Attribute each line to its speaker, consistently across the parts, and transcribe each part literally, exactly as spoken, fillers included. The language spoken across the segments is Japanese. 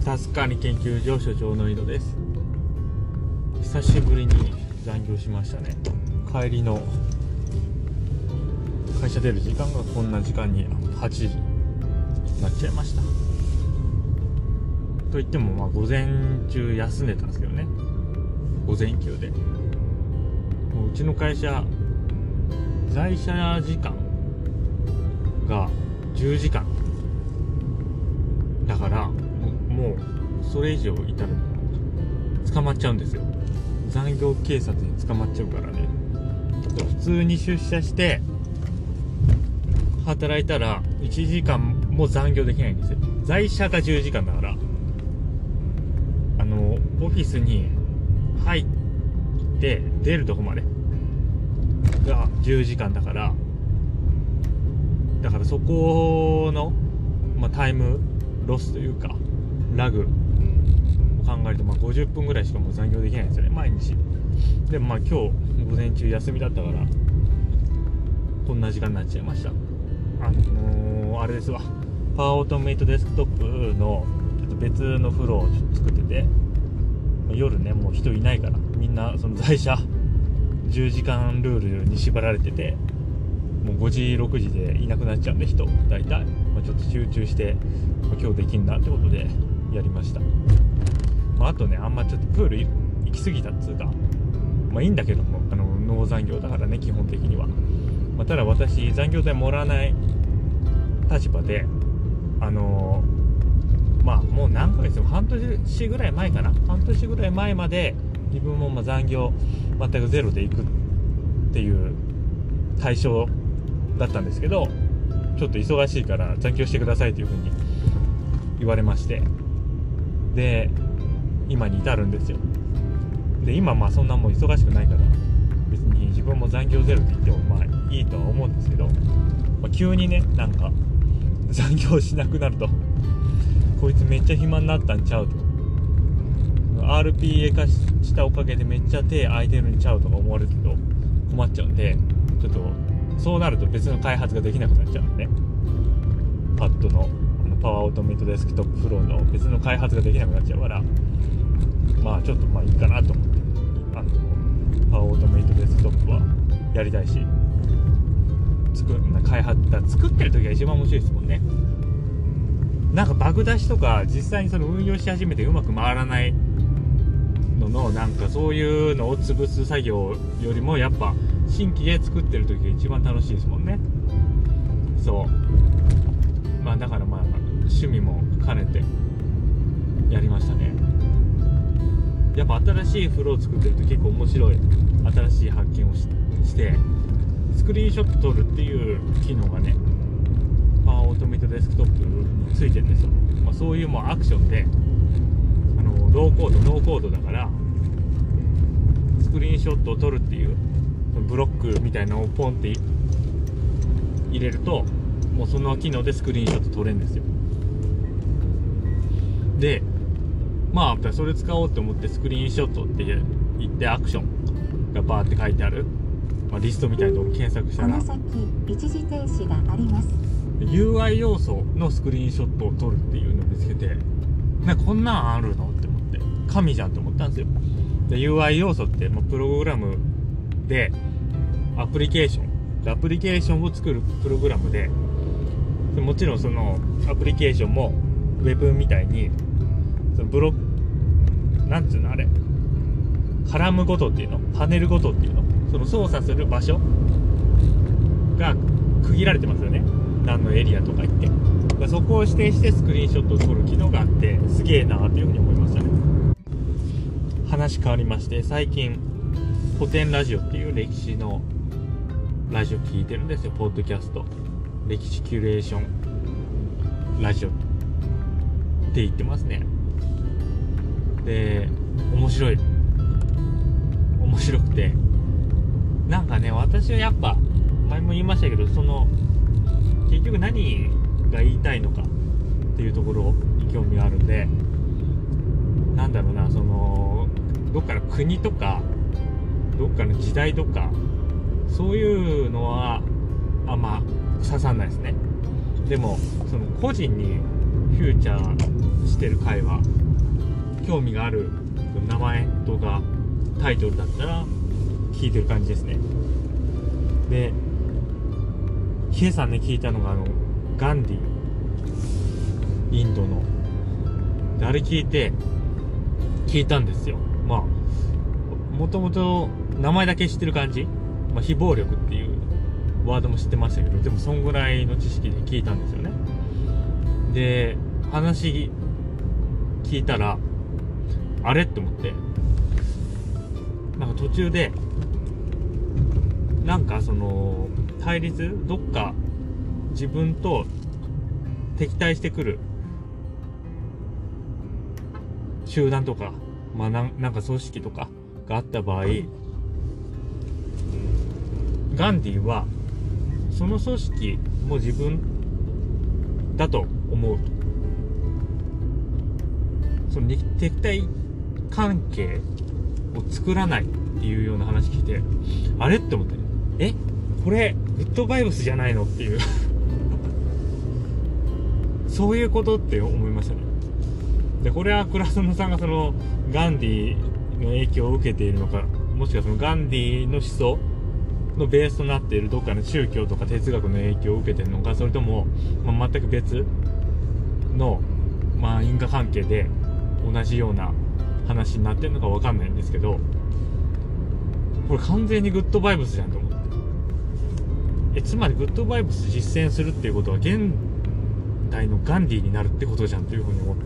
Speaker 1: さすがに研究所所長の井戸です。久しぶりに残業しましたね。帰りの会社出る時間がこんな時間にはちじになっちゃいました。といってもまあ午前中休んでたんですけどね、午前休で。もううちの会社在社時間がじゅうじかんだから、もうそれ以上いたら捕まっちゃうんですよ。残業警察に捕まっちゃうからね。普通に出社して働いたらいちじかんも残業できないんですよ。在社がじゅうじかんだから、あのオフィスに入って出るとこまでがじゅうじかんだから、だからそこの、まあ、タイムロスというかラグを考えると、まあごじゅっぷんぐらいしかもう残業できないんですよね、毎日。でもまあ今日午前中休みだったからこんな時間になっちゃいました。あのー、あれですわ、パワーオートメイトデスクトップのちょっと別のフローをちょっと作ってて、夜ねもう人いないから、みんなその在社じゅうじかんルールに縛られてて、もうごじろくじでいなくなっちゃうんで人大体、まあ、ちょっと集中して、まあ、今日できんなってことでやりました。まあ、あとね、あんまちょっとプール行き過ぎたっつうか、まあいいんだけども、あのノー残業だからね基本的には。まあ、ただ私残業代もらわない立場で、あのー、まあもう何ヶ月も半年ぐらい前かな半年ぐらい前まで自分もまあ残業全くゼロで行くっていう対象だったんですけど、ちょっと忙しいから残業してくださいというふうに言われまして、で今に至るんですよ。で今まあそんなもう忙しくないから別に自分も残業ゼロって言ってもまあいいとは思うんですけど、まあ、急にねなんか残業しなくなると、こいつめっちゃ暇になったんちゃうと、 アールピーエー 化したおかげでめっちゃ手空いてるんちゃうとか思われると困っちゃうんで、ちょっとそうなると別の開発ができなくなっちゃうんでね、パッドのパワーオートメイトデスクトップフローの別の開発ができなくなっちゃうから、まあちょっとまあいいかなと思って、あのパワーオートメイトデスクトップはやりたいし、作開発だ作ってる時が一番面白いですもんね。なんかバグ出しとか実際にその運用し始めてうまく回らないのの、なんかそういうのを潰す作業よりもやっぱ新規で作ってる時が一番楽しいですもんね。そうまあだからまあ趣味も兼ねてやりましたね。やっぱ新しいフロー作ってると結構面白い新しい発見を し, してスクリーンショット撮るっていう機能がねパワーオートメイトデスクトップについてるんですよ。まあ、そういうもうアクションであのローコードノーコードだからスクリーンショットを撮るっていうブロックみたいなのをポンって入れるともうその機能でスクリーンショット撮れるんですよ。でまあそれ使おうと思ってスクリーンショットって言ってアクションがバーって書いてある、まあ、リストみたいなのを検索したら
Speaker 2: この先一時停止があります。
Speaker 1: ユーアイ 要素のスクリーンショットを撮るっていうのを見つけて、なんかこんなんあるのって思って神じゃんって思ったんですよ。で ユーアイ 要素って、まあ、プログラムでアプリケーションアプリケーションを作るプログラムで、でもちろんそのアプリケーションもウェブみたいにそのブロックなんつうのあれカラムごとっていうのパネルごとっていうのその操作する場所が区切られてますよね。何のエリアとか言ってそこを指定してスクリーンショットを撮る機能があってすげえなーっていうふうに思いましたね。話変わりまして、最近古典ラジオっていう歴史のラジオ聞いてるんですよ。ポッドキャスト歴史キュレーションラジオって言ってますね。で面白い面白くて、なんかね私はやっぱ前も言いましたけど、その結局何が言いたいのかっていうところに興味があるんで、なんだろうな、そのどっかの国とかどっかの時代とかそういうのはあんま刺さんないですね。でもその個人にフューチャーしてる回は興味がある名前とかタイトルだったら聞いてる感じですね。で、ヒエさんね聞いたのがあのガンディ、インドので、あれ聞いて聞いたんですよ。まあもともと名前だけ知ってる感じ、まあ、非暴力っていうワードも知ってましたけど、でもそんぐらいの知識で聞いたんですよね。で、話聞いたらあれって思って、なんか途中でなんかその対立、どっか自分と敵対してくる集団とか、まあ、なんなんか組織とかがあった場合、ガンディはその組織も自分だと思うと、その敵対関係を作らないっていうような話聞いて、あれって思って、えこれグッドバイブスじゃないのっていうそういうことって思いましたね。で、これは倉園さんがそのガンディの影響を受けているのか、もしくはそのガンディの思想のベースとなっているどっかの宗教とか哲学の影響を受けているのか、それとも、まあ、全く別の、まあ、因果関係で同じような話になってるのかわかんないんですけど、これ完全にグッドバイブスじゃんと思って、えつまりグッドバイブス実践するっていうことは現代のガンディになるってことじゃんというふうに思って、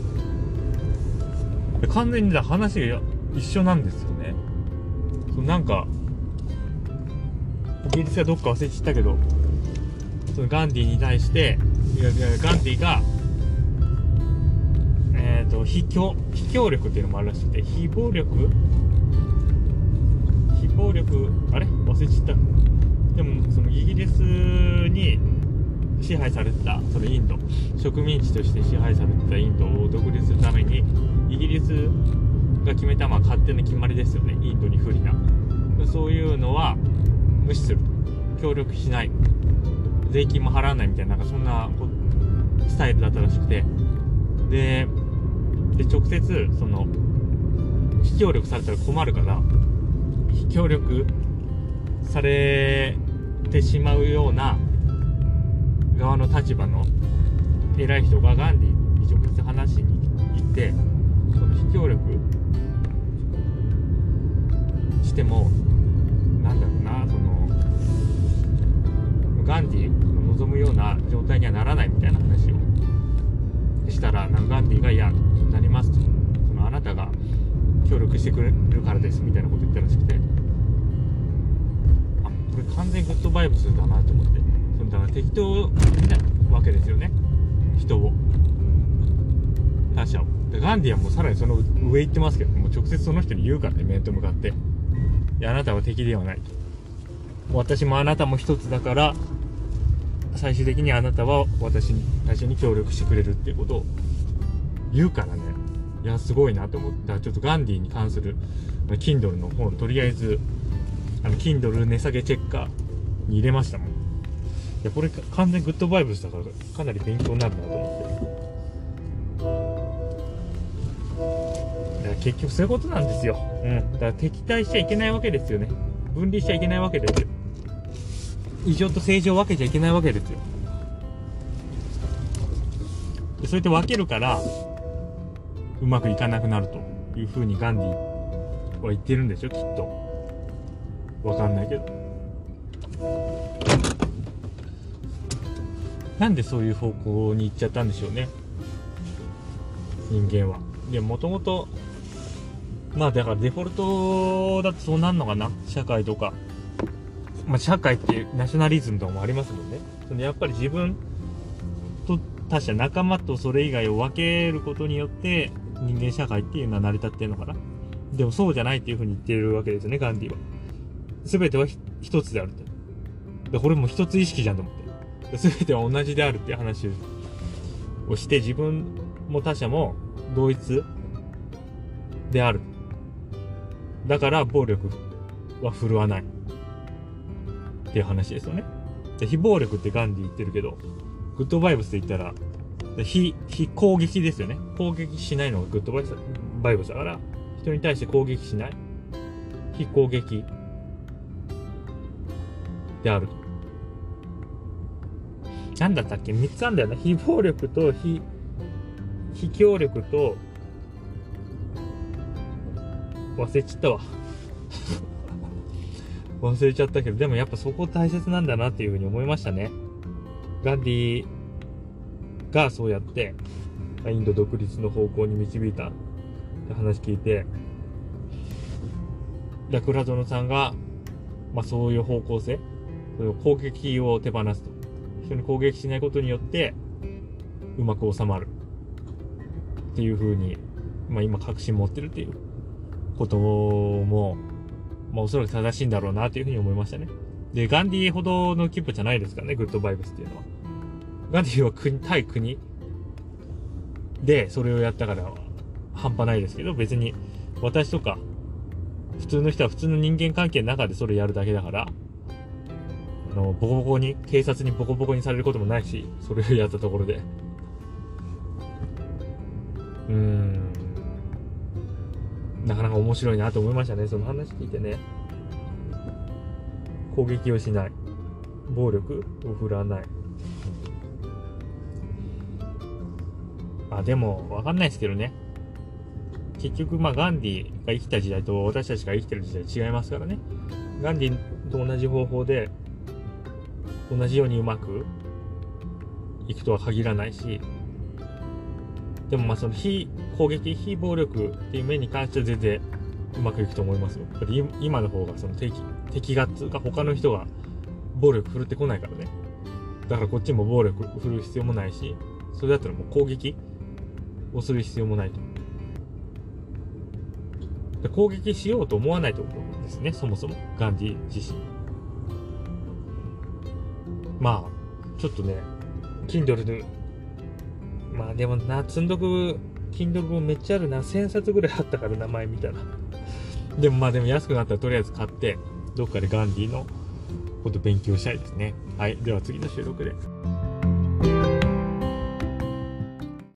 Speaker 1: 完全に話が一緒なんですよね。そのなんかイギリスはどっか忘れちゃったけど、そのガンディに対していやいやガンディがえっと非協非協力っていうのもあるらしくて、非暴力非暴力あれ忘れちゃった。でもそのイギリスに支配されてたそのインド、植民地として支配されてたインドを独立するためにイギリスが決めたまあ勝手な決まりですよね。インドに不利なそういうのは無視する、協力しない、税金も払わないみたいな、なんかそんなスタイルだったらしくて、でで直接その非協力されたら困るから、非協力されてしまうような側の立場の偉い人がガンディに直接話しに行って、その非協力してもなんだろうな、そのガンディの望むような状態にはならないみたいな話をしたら、なんかガンディがいやなりますと、そのあなたが協力してくれるからですみたいなこと言ったらしくて、あ、これ完全にグッドバイブスだなと思って、そのだから適当なわけですよね、人を、他者を。でガンディはもうさらにその上行ってますけど、もう直接その人に言うからね、面と向かって、いやあなたは敵ではないと、私もあなたも一つだから最終的にあなたは私に最初に協力してくれるっていうことを言うからね。いやすごいなと思ったら、ちょっとガンディに関する Kindle の本とりあえずあの Kindle 値下げチェッカーに入れましたもん。いやこれ完全グッドバイブスだからかなり勉強になるなと思って。だから結局そういうことなんですよ。うん。だから敵対しちゃいけないわけですよね。分離しちゃいけないわけですよ。異常と正常を分けちゃいけないわけですよ。でそうやって分けるからうまくいかなくなるというふうにガンディは言ってるんでしょ、きっと。わかんないけど。なんでそういう方向に行っちゃったんでしょうね、人間は。でもともとまあだからデフォルトだとそうなんのかな、社会とか、まあ社会っていうナショナリズムとかもありますもんね。そのやっぱり自分と他者、仲間とそれ以外を分けることによって人間社会っていうのは成り立ってるのかな。でもそうじゃないっていうふうに言ってるわけですよね、ガンディは。全ては一つであると。でこれも一つ意識じゃんと思って、全ては同じであるっていう話をして、自分も他者も同一である、だから暴力は振るわないっていう話ですよね。で非暴力ってガンディ言ってるけど、グッドバイブスで言ったら非非攻撃ですよね。攻撃しないのがグッドバイブスバイブスだから、人に対して攻撃しない、非攻撃であると。なんだったっけ、みっつあんだよな。非暴力と非非協力と、忘れちゃったわ忘れちゃったけど、でもやっぱそこ大切なんだなっていうふうに思いましたね。ガンディがそうやってインド独立の方向に導いたって話聞いて、ラクラゾノさんが、まあ、そういう方向性、その攻撃を手放すと、人に攻撃しないことによってうまく収まるっていう風に、まあ、今確信持ってるっていうことも、まあ、おそらく正しいんだろうなというふうに思いましたね。で、ガンディほどの規模じゃないですからね、グッドバイブスっていうのは。ガンディは国対国でそれをやったから半端ないですけど、別に私とか普通の人は普通の人間関係の中でそれやるだけだから、あのボコボコに、警察にボコボコにされることもないし、それをやったところでうーんなかなか面白いなと思いましたね。その話聞いてね。攻撃をしない、暴力を振らない。あ、でも分かんないですけどね。結局まあガンディが生きた時代と私たちが生きてる時代違いますからね。ガンディと同じ方法で同じようにうまくいくとは限らないし、でもまあその非攻撃、非暴力っていう面に関しては全然うまくいくと思いますよ。だって今の方がその敵敵がつうか他の人が暴力振るってこないからね。だからこっちも暴力振る必要もないし、それだったらもう攻撃をする必要もないと。で攻撃しようと思わないということですね、そもそもガンディ自身。まあちょっとね Kindle で、まあでもな、積んどく Kindle もめっちゃあるな。せんさつぐらいあったから、名前見たら。でもまあでも安くなったらとりあえず買ってどっかでガンディのこと勉強したいですね。はい、では次の収録で。